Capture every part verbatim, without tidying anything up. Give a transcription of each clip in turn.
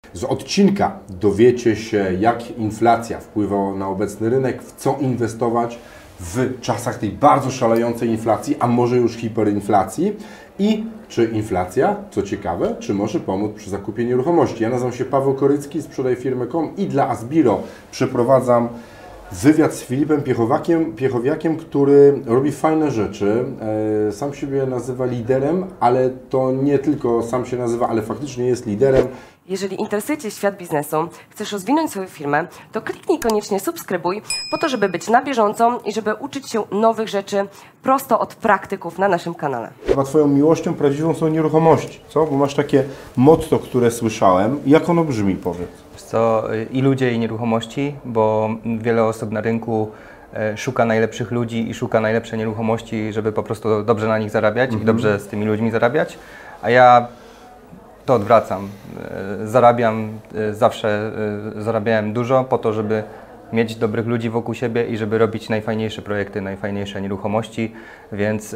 Z odcinka dowiecie się, jak inflacja wpływa na obecny rynek, w co inwestować w czasach tej bardzo szalejącej inflacji, a może już hiperinflacji i czy inflacja, co ciekawe, czy może pomóc przy zakupie nieruchomości. Ja nazywam się Paweł Korycki, sprzedaję firmę kropka com i dla Asbiro przeprowadzam wywiad z Filipem Piechowiakiem, Piechowiakiem, który robi fajne rzeczy. Sam siebie nazywa liderem, ale to nie tylko sam się nazywa, ale faktycznie jest liderem. Jeżeli interesuje Cię świat biznesu, chcesz rozwinąć swoją firmę, to kliknij koniecznie subskrybuj po to, żeby być na bieżąco i żeby uczyć się nowych rzeczy prosto od praktyków na naszym kanale. Chyba Twoją miłością prawdziwą są nieruchomości, co? Bo masz takie motto, które słyszałem. Jak ono brzmi, powiedz? Co i ludzie, i nieruchomości, bo wiele osób na rynku szuka najlepszych ludzi i szuka najlepszej nieruchomości, żeby po prostu dobrze na nich zarabiać mhm. i dobrze z tymi ludźmi zarabiać, a ja to odwracam. Zarabiam, zawsze zarabiałem dużo po to, żeby mieć dobrych ludzi wokół siebie i żeby robić najfajniejsze projekty, najfajniejsze nieruchomości, więc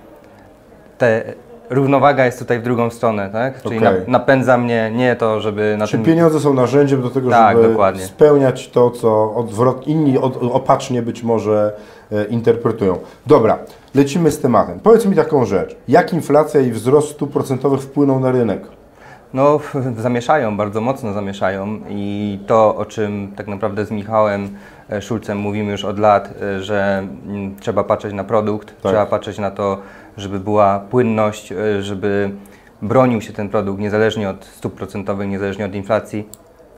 te równowaga jest tutaj w drugą stronę, tak? Czyli okay. napędza mnie nie to, żeby... Na Czy tym... pieniądze są narzędziem do tego, tak, żeby dokładnie. spełniać to, co odwrot... inni od... opacznie być może e, interpretują. Dobra, lecimy z tematem. Powiedz mi taką rzecz. Jak inflacja i wzrost stóp procentowych wpłyną na rynek? No, zamieszają, bardzo mocno zamieszają i to, o czym tak naprawdę z Michałem Szulcem mówimy już od lat, że trzeba patrzeć na produkt, tak. trzeba patrzeć na to, żeby była płynność, żeby bronił się ten produkt niezależnie od stóp procentowych, niezależnie od inflacji,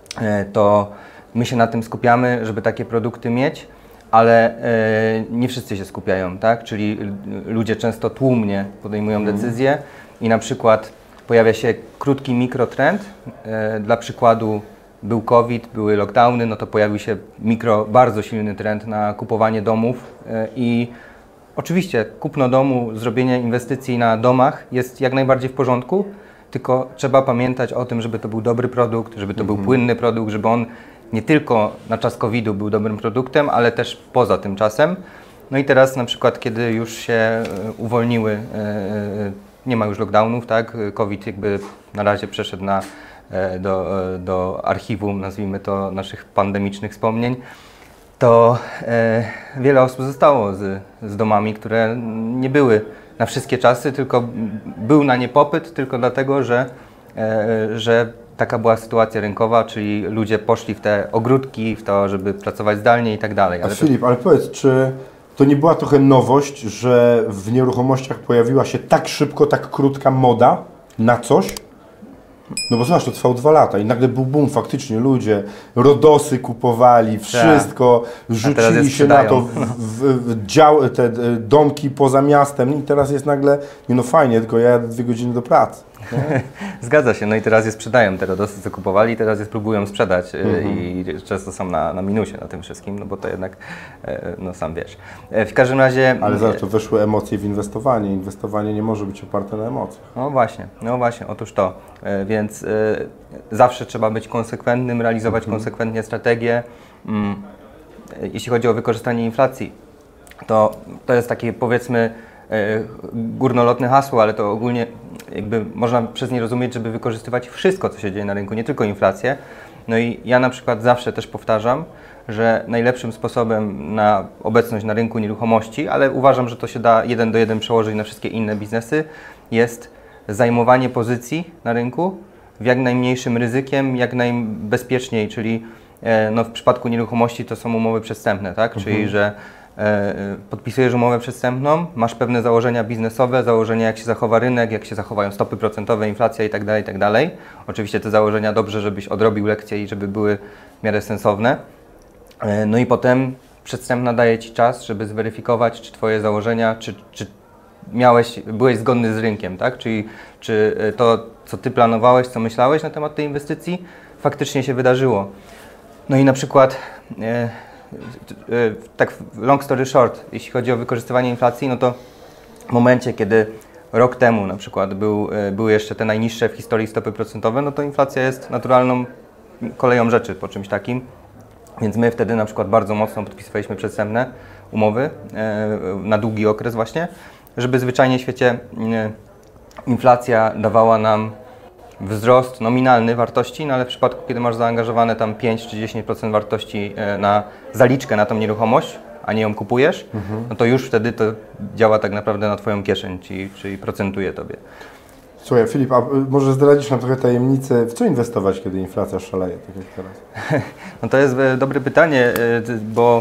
to my się na tym skupiamy, żeby takie produkty mieć, ale nie wszyscy się skupiają, tak? Czyli ludzie często tłumnie podejmują mhm. decyzje i na przykład pojawia się krótki mikrotrend, dla przykładu był COVID, były lockdowny, no to pojawił się mikro, bardzo silny trend na kupowanie domów i oczywiście kupno domu, zrobienie inwestycji na domach jest jak najbardziej w porządku, tylko trzeba pamiętać o tym, żeby to był dobry produkt, żeby to mhm. był płynny produkt, żeby on nie tylko na czas kowida był dobrym produktem, ale też poza tym czasem. No i teraz na przykład, kiedy już się uwolniły, nie ma już lockdownów, tak? COVID jakby na razie przeszedł na, do, do archiwum, nazwijmy to, naszych pandemicznych wspomnień, to e, wiele osób zostało z, z domami, które nie były na wszystkie czasy, tylko był na nie popyt, tylko dlatego, że, e, że taka była sytuacja rynkowa, czyli ludzie poszli w te ogródki, w to, żeby pracować zdalnie i tak dalej. Ale A Filip, to... ale powiedz, czy to nie była trochę nowość, że w nieruchomościach pojawiła się tak szybko, tak krótka moda na coś? No bo zobacz, to trwało dwa lata i nagle był boom, faktycznie ludzie Rodosy kupowali, wszystko, tak. rzucili się na to, w, w, w dział, te domki poza miastem i teraz jest nagle, nie no fajnie, tylko ja jadę dwie godziny do pracy. Zgadza się, no i teraz je sprzedają, te Rodosy co kupowali, teraz je próbują sprzedać mhm. i często są na, na minusie na tym wszystkim, no bo to jednak, no sam wiesz. W każdym razie... Ale zobacz, to weszły emocje w inwestowanie, inwestowanie nie może być oparte na emocjach. No właśnie, no właśnie, otóż to, więc zawsze trzeba być konsekwentnym, realizować mhm. konsekwentnie strategię. Jeśli chodzi o wykorzystanie inflacji, to to jest takie, powiedzmy, górnolotne hasło, ale to ogólnie jakby można przez nie rozumieć, żeby wykorzystywać wszystko, co się dzieje na rynku, nie tylko inflację. No i ja na przykład zawsze też powtarzam, że najlepszym sposobem na obecność na rynku nieruchomości, ale uważam, że to się da jeden do jeden przełożyć na wszystkie inne biznesy, jest zajmowanie pozycji na rynku w jak najmniejszym ryzykiem, jak najbezpieczniej, czyli no, w przypadku nieruchomości to są umowy przedwstępne, tak? Mhm. Czyli że podpisujesz umowę przedwstępną, masz pewne założenia biznesowe, założenia jak się zachowa rynek, jak się zachowają stopy procentowe, inflacja i tak dalej, i tak dalej. Oczywiście te założenia dobrze, żebyś odrobił lekcje i żeby były w miarę sensowne. No i potem przedwstępna daje Ci czas, żeby zweryfikować, czy Twoje założenia, czy, czy miałeś, byłeś zgodny z rynkiem, tak? Czyli czy to, co Ty planowałeś, co myślałeś na temat tej inwestycji, faktycznie się wydarzyło. No i na przykład tak long story short, jeśli chodzi o wykorzystywanie inflacji, no to w momencie, kiedy rok temu na przykład był, były jeszcze te najniższe w historii stopy procentowe, no to inflacja jest naturalną koleją rzeczy po czymś takim, więc my wtedy na przykład bardzo mocno podpisywaliśmy przedwstępne umowy na długi okres właśnie, żeby zwyczajnie w świecie inflacja dawała nam wzrost nominalny wartości, no ale w przypadku, kiedy masz zaangażowane tam pięć czy dziesięć procent wartości na zaliczkę na tą nieruchomość, a nie ją kupujesz, mhm. no to już wtedy to działa tak naprawdę na Twoją kieszeń, czyli, czyli procentuje Tobie. Słuchaj, Filip, a może zdradzisz nam trochę tajemnicę, w co inwestować, kiedy inflacja szaleje, tak jak teraz? No to jest dobre pytanie, bo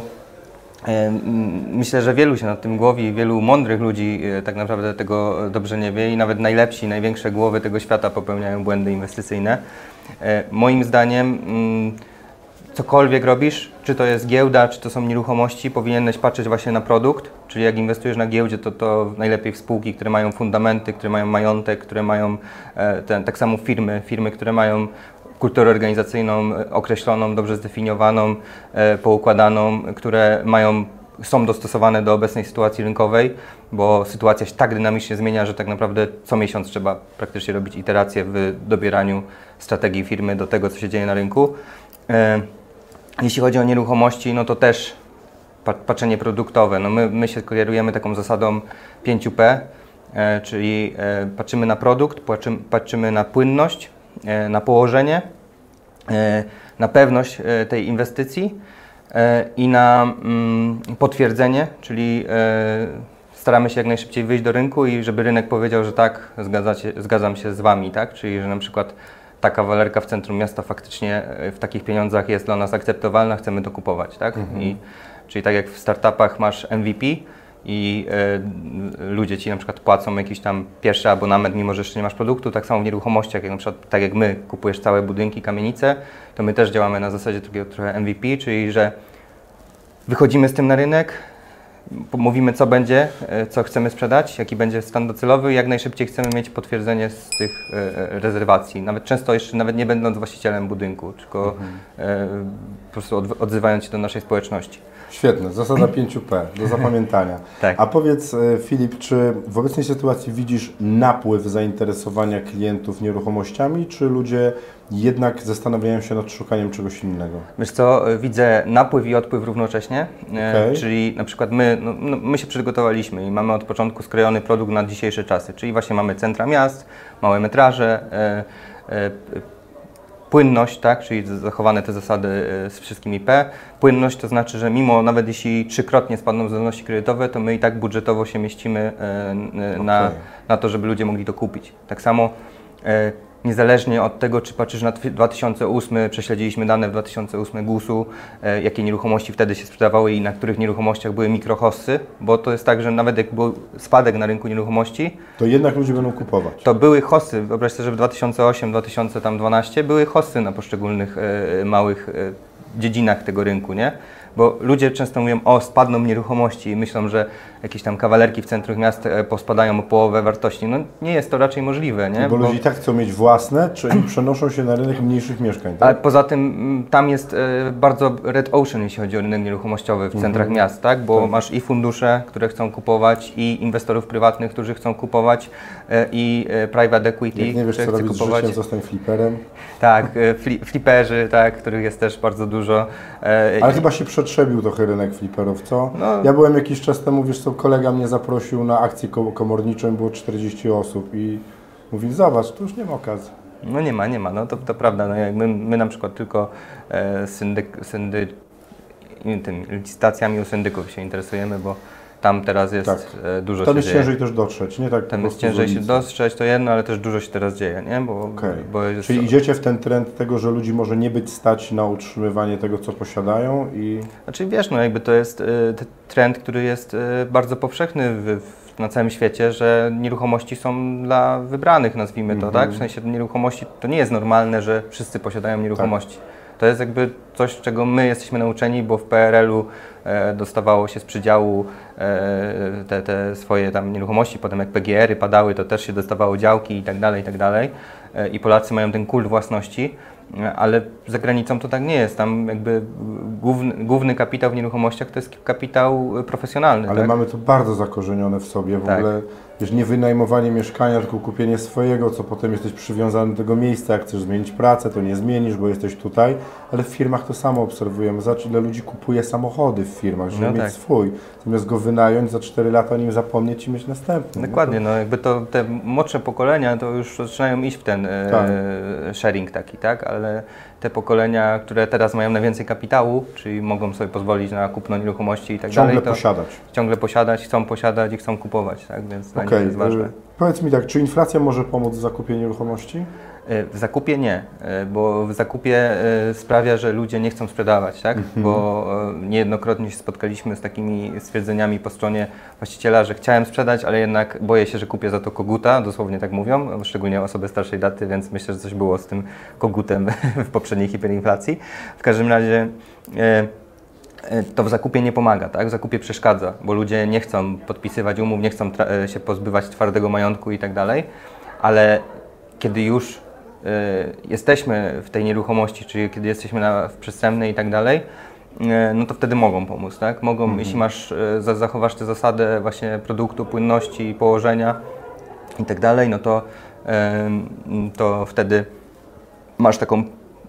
myślę, że wielu się nad tym głowi, wielu mądrych ludzi tak naprawdę tego dobrze nie wie i nawet najlepsi, największe głowy tego świata popełniają błędy inwestycyjne. Moim zdaniem cokolwiek robisz, czy to jest giełda, czy to są nieruchomości, powinieneś patrzeć właśnie na produkt, czyli jak inwestujesz na giełdzie, to, to najlepiej w spółki, które mają fundamenty, które mają majątek, które mają ten, tak samo firmy, firmy, które mają kulturę organizacyjną określoną, dobrze zdefiniowaną, poukładaną, które mają, są dostosowane do obecnej sytuacji rynkowej, bo sytuacja się tak dynamicznie zmienia, że tak naprawdę co miesiąc trzeba praktycznie robić iteracje w dobieraniu strategii firmy do tego, co się dzieje na rynku. Jeśli chodzi o nieruchomości, no to też patrzenie produktowe. No my, my się kierujemy taką zasadą pięć P, e, czyli e, patrzymy na produkt, patrzymy, patrzymy na płynność, e, na położenie, e, na pewność e, tej inwestycji e, i na mm, potwierdzenie, czyli e, staramy się jak najszybciej wyjść do rynku i żeby rynek powiedział, że tak, zgadzacie, zgadzam się z Wami, tak? Czyli że na przykład ta kawalerka w centrum miasta faktycznie w takich pieniądzach jest dla nas akceptowalna, chcemy to kupować, tak? Mhm. I, czyli tak jak w startupach masz M V P i y, ludzie Ci na przykład płacą jakiś tam pierwszy abonament, mimo że jeszcze nie masz produktu, tak samo w nieruchomościach, jak na przykład tak jak my kupujesz całe budynki, kamienice, to my też działamy na zasadzie takiego trochę M V P, czyli że wychodzimy z tym na rynek, mówimy co będzie, co chcemy sprzedać, jaki będzie stan docelowy i jak najszybciej chcemy mieć potwierdzenie z tych e, rezerwacji. Nawet często jeszcze nawet nie będąc właścicielem budynku, tylko mhm. e, po prostu od, odzywając się do naszej społeczności. Świetne, zasada pięć P, do zapamiętania. Tak. A powiedz Filip, czy w obecnej sytuacji widzisz napływ zainteresowania klientów nieruchomościami, czy ludzie jednak zastanawiają się nad szukaniem czegoś innego? Wiesz co, widzę napływ i odpływ równocześnie, okay. Czyli na przykład my, no, no, my się przygotowaliśmy i mamy od początku skrojony produkt na dzisiejsze czasy, czyli właśnie mamy centra miast, małe metraże, e, e, płynność, tak, czyli zachowane te zasady z wszystkimi P. Płynność to znaczy, że mimo nawet jeśli trzykrotnie spadną zdolności kredytowe, to my i tak budżetowo się mieścimy na, okay. na to, żeby ludzie mogli to kupić. Tak samo niezależnie od tego, czy patrzysz na dwa tysiące ósmy, prześledziliśmy dane w dwa tysiące ósmym gusu, e, jakie nieruchomości wtedy się sprzedawały i na których nieruchomościach były mikrohossy, bo to jest tak, że nawet jak był spadek na rynku nieruchomości, to jednak ludzie będą kupować. To były hossy, wyobraź sobie, że w dwa tysiące ósmym dwa tysiące dwunastym były hossy na poszczególnych e, małych e, dziedzinach tego rynku, nie? Bo ludzie często mówią, o, spadną nieruchomości i myślą, że jakieś tam kawalerki w centrum miast pospadają o połowę wartości. No nie jest to raczej możliwe, nie? Bo, bo ludzie i tak chcą mieć własne, czyli przenoszą się na rynek mniejszych mieszkań, tak? Ale poza tym tam jest e, bardzo red ocean, jeśli chodzi o rynek nieruchomościowy w centrach mhm. miast, tak? Bo tak. masz i fundusze, które chcą kupować, i inwestorów prywatnych, którzy chcą kupować, e, i e, private equity, Jak nie wiesz, co robić kupować. Z życiem, zostań fliperem. Tak, e, fli, fliperzy, tak, których jest też bardzo dużo. E, Ale i... chyba się przetrzebił trochę rynek fliperów, co? No. Ja byłem jakiś czas temu, wiesz co, kolega mnie zaprosił na akcję komorniczą, było czterdzieści osób i mówi, zobacz, tu już nie ma okazji. No nie ma, nie ma, no to, to prawda. No jak my, my na przykład tylko e, syndyk, syndy, tym, licytacjami u syndyków się interesujemy, bo tam teraz jest tak. e, dużo tam się jest dzieje. ciężej też dotrzeć, nie tak? Tam jest ciężej się dostrzec, to jedno, ale też dużo się teraz dzieje, nie? Bo, okay. bo jest... Czyli idziecie w ten trend tego, że ludzi może nie być stać na utrzymywanie tego, co posiadają i... Znaczy wiesz, no jakby to jest y, trend, który jest y, bardzo powszechny w, w, na całym świecie, że nieruchomości są dla wybranych, nazwijmy to, mm-hmm. tak? W sensie nieruchomości to nie jest normalne, że wszyscy posiadają nieruchomości. Tak. To jest jakby coś, czego my jesteśmy nauczeni, bo w P R L u e, dostawało się z przydziału e, te, te swoje tam nieruchomości, potem jak P G R y padały, to też się dostawało działki i tak dalej, i tak dalej. E, I Polacy mają ten kult własności, e, ale za granicą to tak nie jest. Tam jakby główny, główny kapitał w nieruchomościach to jest kapitał profesjonalny. Ale tak? mamy to bardzo zakorzenione w sobie, w tak. ogóle wiesz, nie wynajmowanie mieszkania, tylko kupienie swojego, co potem jesteś przywiązany do tego miejsca, jak chcesz zmienić pracę, to nie zmienisz, bo jesteś tutaj, ale w firmach to samo obserwujemy. Zobacz, ile ludzi kupuje samochody w firmach, żeby No mieć tak. swój, zamiast go wynająć, za cztery lata o nim zapomnieć i mieć następny. Dokładnie, No no jakby to te młodsze pokolenia to już zaczynają iść w ten e, Tak. sharing taki, tak? Ale te pokolenia, które teraz mają najwięcej kapitału, czyli mogą sobie pozwolić na kupno nieruchomości i tak to ciągle dalej, to posiadać. ciągle posiadać, chcą posiadać i chcą kupować, tak? Więc dla nich to Okej, jest ważne. y, powiedz mi tak, czy inflacja może pomóc w zakupie nieruchomości? W zakupie nie, bo w zakupie sprawia, że ludzie nie chcą sprzedawać, tak? Mhm. Bo niejednokrotnie się spotkaliśmy z takimi stwierdzeniami po stronie właściciela, że chciałem sprzedać, ale jednak boję się, że kupię za to koguta, dosłownie tak mówią, szczególnie osoby starszej daty, więc myślę, że coś było z tym kogutem w poprzedniej hiperinflacji. W każdym razie to w zakupie nie pomaga, tak? W zakupie przeszkadza, bo ludzie nie chcą podpisywać umów, nie chcą się pozbywać twardego majątku i tak dalej, ale kiedy już jesteśmy w tej nieruchomości, czyli kiedy jesteśmy na, w przestrzennej i tak dalej, no to wtedy mogą pomóc, tak? Mogą, mhm. jeśli masz, zachowasz tę zasadę właśnie produktu, płynności, położenia i tak dalej, no to, to wtedy masz taką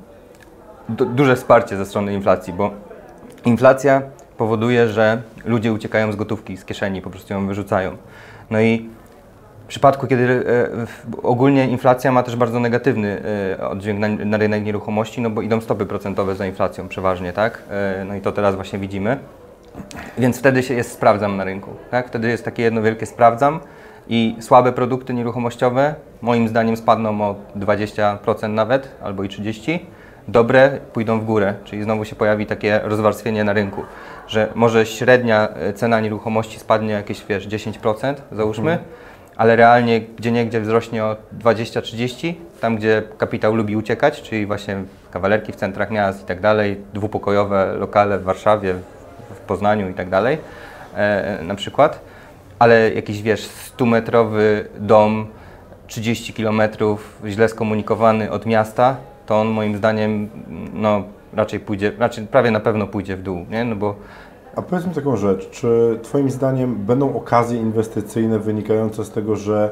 du duże wsparcie ze strony inflacji, bo inflacja powoduje, że ludzie uciekają z gotówki, z kieszeni, po prostu ją wyrzucają. No i w przypadku, kiedy e, ogólnie inflacja ma też bardzo negatywny e, oddźwięk na, na rynek nieruchomości, no bo idą stopy procentowe za inflacją przeważnie, tak? E, no i to teraz właśnie widzimy. Więc wtedy się jest sprawdzam na rynku, tak? Wtedy jest takie jedno wielkie sprawdzam i słabe produkty nieruchomościowe moim zdaniem spadną o dwadzieścia procent nawet, albo i trzydzieści procent. Dobre pójdą w górę, czyli znowu się pojawi takie rozwarstwienie na rynku, że może średnia cena nieruchomości spadnie jakieś, wiesz, dziesięć procent, załóżmy, mhm. ale realnie gdzieniegdzie wzrośnie o dwadzieścia trzydzieści procent, tam gdzie kapitał lubi uciekać, czyli właśnie kawalerki w centrach miast i tak dalej, dwupokojowe lokale w Warszawie, w Poznaniu i tak dalej, e, na przykład, ale jakiś, wiesz, stumetrowy dom, trzydzieści kilometrów, źle skomunikowany od miasta, to on moim zdaniem no, raczej pójdzie, raczej prawie na pewno pójdzie w dół, nie? No bo A powiedz mi taką rzecz, czy Twoim zdaniem będą okazje inwestycyjne wynikające z tego, że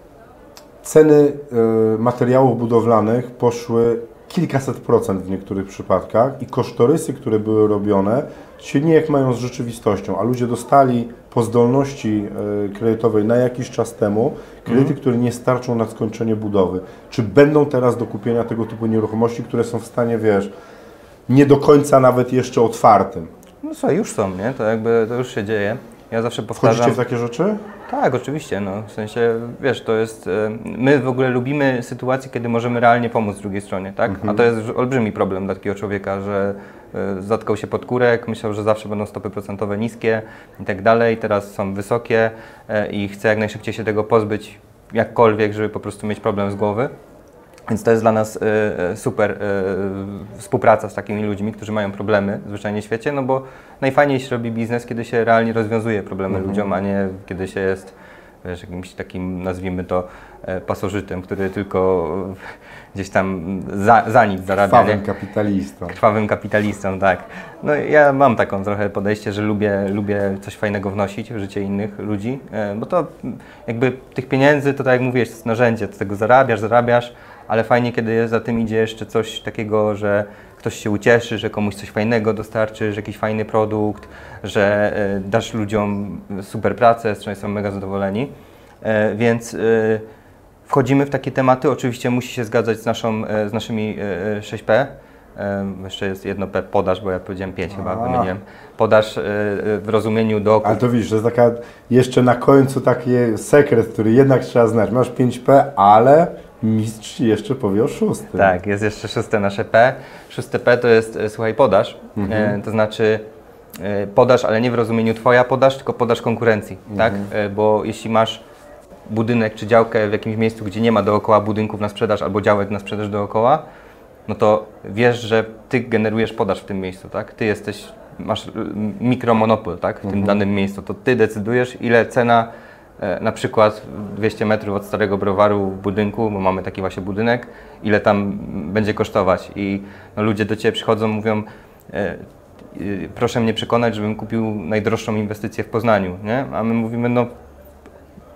ceny y, materiałów budowlanych poszły kilkaset procent w niektórych przypadkach i kosztorysy, które były robione, się nijak mają z rzeczywistością, a ludzie dostali po zdolności y, kredytowej na jakiś czas temu kredyty, mm. które nie starczą na skończenie budowy. Czy będą teraz do kupienia tego typu nieruchomości, które są w stanie, wiesz, nie do końca nawet jeszcze otwartym? No słuchaj, już są, nie? To jakby, to już się dzieje. Ja zawsze powtarzam... Wchodzicie w takie rzeczy? Tak, oczywiście, no. W sensie, wiesz, to jest... My w ogóle lubimy sytuację, kiedy możemy realnie pomóc drugiej stronie, tak? Mhm. A to jest olbrzymi problem dla takiego człowieka, że zatkał się pod kurek, myślał, że zawsze będą stopy procentowe niskie i tak dalej, teraz są wysokie i chce jak najszybciej się tego pozbyć, jakkolwiek, żeby po prostu mieć problem z głowy. Więc to jest dla nas y, super y, współpraca z takimi ludźmi, którzy mają problemy zwyczajnie w świecie, no bo najfajniej się robi biznes, kiedy się realnie rozwiązuje problemy mhm. ludziom, a nie kiedy się jest, wiesz, jakimś takim, nazwijmy to, e, pasożytem, który tylko gdzieś tam za, za nic zarabia. Krwawym nie? kapitalistą. Krwawym kapitalistą, tak. No ja mam taką trochę podejście, że lubię, lubię coś fajnego wnosić w życie innych ludzi, e, bo to jakby tych pieniędzy, to tak jak mówiłeś, to jest narzędzie, do tego zarabiasz, zarabiasz, ale fajnie, kiedy za tym idzie jeszcze coś takiego, że ktoś się ucieszy, że komuś coś fajnego dostarczysz, jakiś fajny produkt, że e, dasz ludziom super pracę, z czego są mega zadowoleni. E, więc e, wchodzimy w takie tematy. Oczywiście musi się zgadzać z, naszą, e, z naszymi e, sześć P. E, jeszcze jest jedno P, podaż, bo ja powiedziałem pięć chyba, wymieniłem. Podaż e, w rozumieniu do... Ale to widzisz, to jest taka jeszcze na końcu taki sekret, który jednak trzeba znać. Masz pięć P, ale mistrz jeszcze powie o szóstym. Tak, jest jeszcze szóste nasze P. Szóste P to jest, słuchaj, podaż. Mhm. E, to znaczy e, podaż, ale nie w rozumieniu twoja podaż, tylko podaż konkurencji, mhm. tak? E, bo jeśli masz budynek czy działkę w jakimś miejscu, gdzie nie ma dookoła budynków na sprzedaż albo działek na sprzedaż dookoła, no to wiesz, że ty generujesz podaż w tym miejscu, tak? Ty jesteś, masz mikromonopol, tak? W mhm. tym danym miejscu. To ty decydujesz, ile cena na przykład dwieście metrów od starego browaru w budynku, bo mamy taki właśnie budynek, ile tam będzie kosztować. I no, ludzie do Ciebie przychodzą, mówią, e, e, proszę mnie przekonać, żebym kupił najdroższą inwestycję w Poznaniu, nie? A my mówimy, no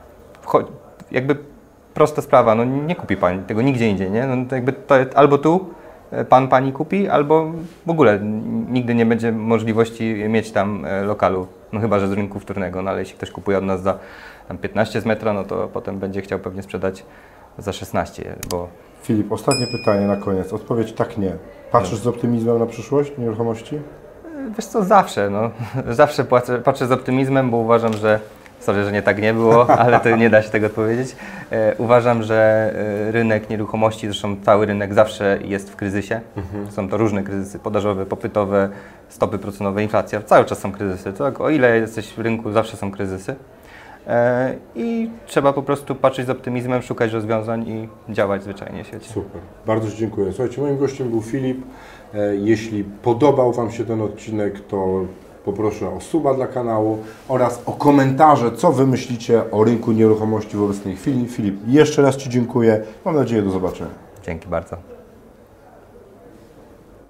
jakby prosta sprawa, no nie kupi Pani tego nigdzie indziej, nie? No to jakby to albo tu Pan, Pani kupi, albo w ogóle nigdy nie będzie możliwości mieć tam lokalu, no chyba że z rynku wtórnego, no ale jeśli ktoś kupuje od nas za tam piętnaście z metra, no to potem będzie chciał pewnie sprzedać za szesnaście, bo... Filip, ostatnie pytanie na koniec. Odpowiedź tak, nie. Patrzysz z optymizmem na przyszłość nieruchomości? Wiesz co, zawsze, no. Zawsze patrzę, patrzę z optymizmem, bo uważam, że... Sorry, że nie tak nie było, ale to nie da się tego odpowiedzieć. E, uważam, że rynek nieruchomości, zresztą cały rynek zawsze jest w kryzysie. Mhm. Są to różne kryzysy, podażowe, popytowe, stopy procentowe, inflacja. Cały czas są kryzysy. Tak? O ile jesteś w rynku, zawsze są kryzysy. E, I trzeba po prostu patrzeć z optymizmem, szukać rozwiązań i działać zwyczajnie w świecie. Super. Bardzo Ci dziękuję. Słuchajcie, moim gościem był Filip. E, jeśli podobał Wam się ten odcinek, to poproszę o suba dla kanału oraz o komentarze, co Wy myślicie o rynku nieruchomości w obecnej chwili. Filip, jeszcze raz Ci dziękuję. Mam nadzieję, do zobaczenia. Dzięki bardzo.